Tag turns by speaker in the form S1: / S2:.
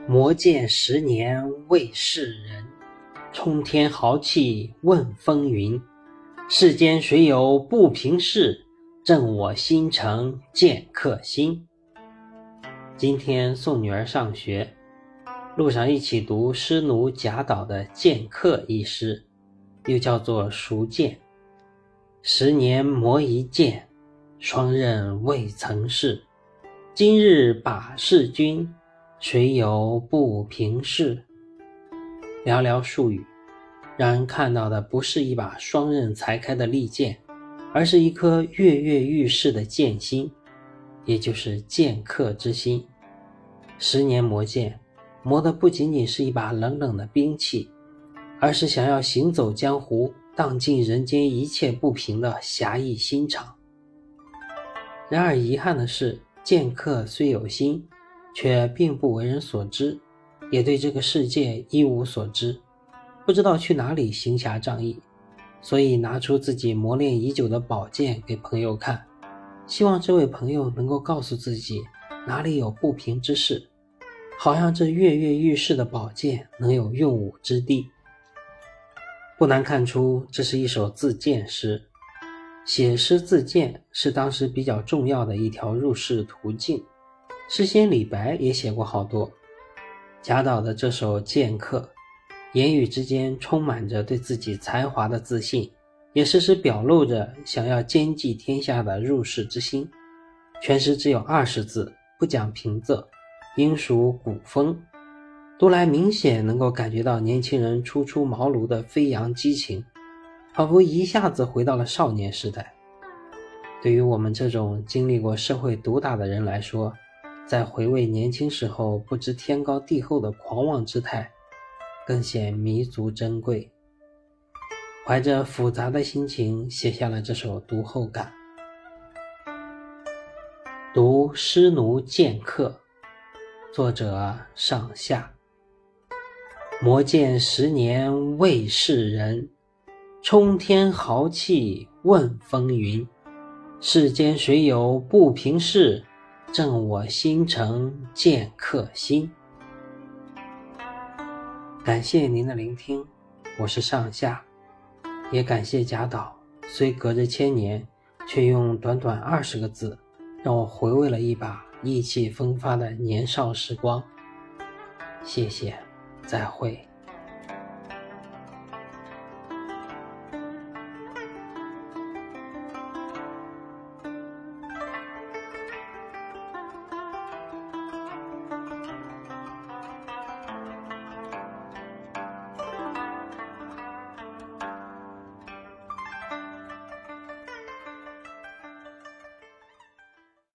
S1: 磨剑10年为世人，冲天豪气问风云。世间谁有不平事，正我心诚剑客心。今天送女儿上学，路上一起读师奴贾岛的《剑客》一诗，又叫做熟剑。10年磨一剑，双刃未曾试。今日把示君，谁有不平事？寥寥数语，让人看到的不是一把双刃裁开的利剑，而是一颗跃跃欲试的剑心，也就是剑客之心。10年磨剑，磨的不仅仅是一把冷冷的兵器，而是想要行走江湖，荡尽人间一切不平的侠义心肠。然而遗憾的是，剑客虽有心，却并不为人所知，也对这个世界一无所知，不知道去哪里行侠仗义，所以拿出自己磨练已久的宝剑给朋友看，希望这位朋友能够告诉自己哪里有不平之事，好让这跃跃欲试的宝剑能有用武之地。不难看出，这是一首自荐诗。写诗自荐是当时比较重要的一条入仕途径，诗仙李白也写过好多。贾岛的这首《剑客》，言语之间充满着对自己才华的自信，也时时表露着想要兼济天下的入世之心。全诗只有20字，不讲平仄，应属古风，读来明显能够感觉到年轻人初出茅庐的飞扬激情，仿佛一下子回到了少年时代。对于我们这种经历过社会毒打的人来说，在回味年轻时候不知天高地厚的狂妄之态，更显弥足珍贵。怀着复杂的心情写下了这首读后感。读师奴剑客，作者上下。磨剑10年为世人，冲天豪气问风云。世间谁有不平事，正我心诚剑客心。感谢您的聆听，我是上下，也感谢贾岛，虽隔着千年，却用短短20个字，让我回味了一把意气风发的年少时光。谢谢，再会。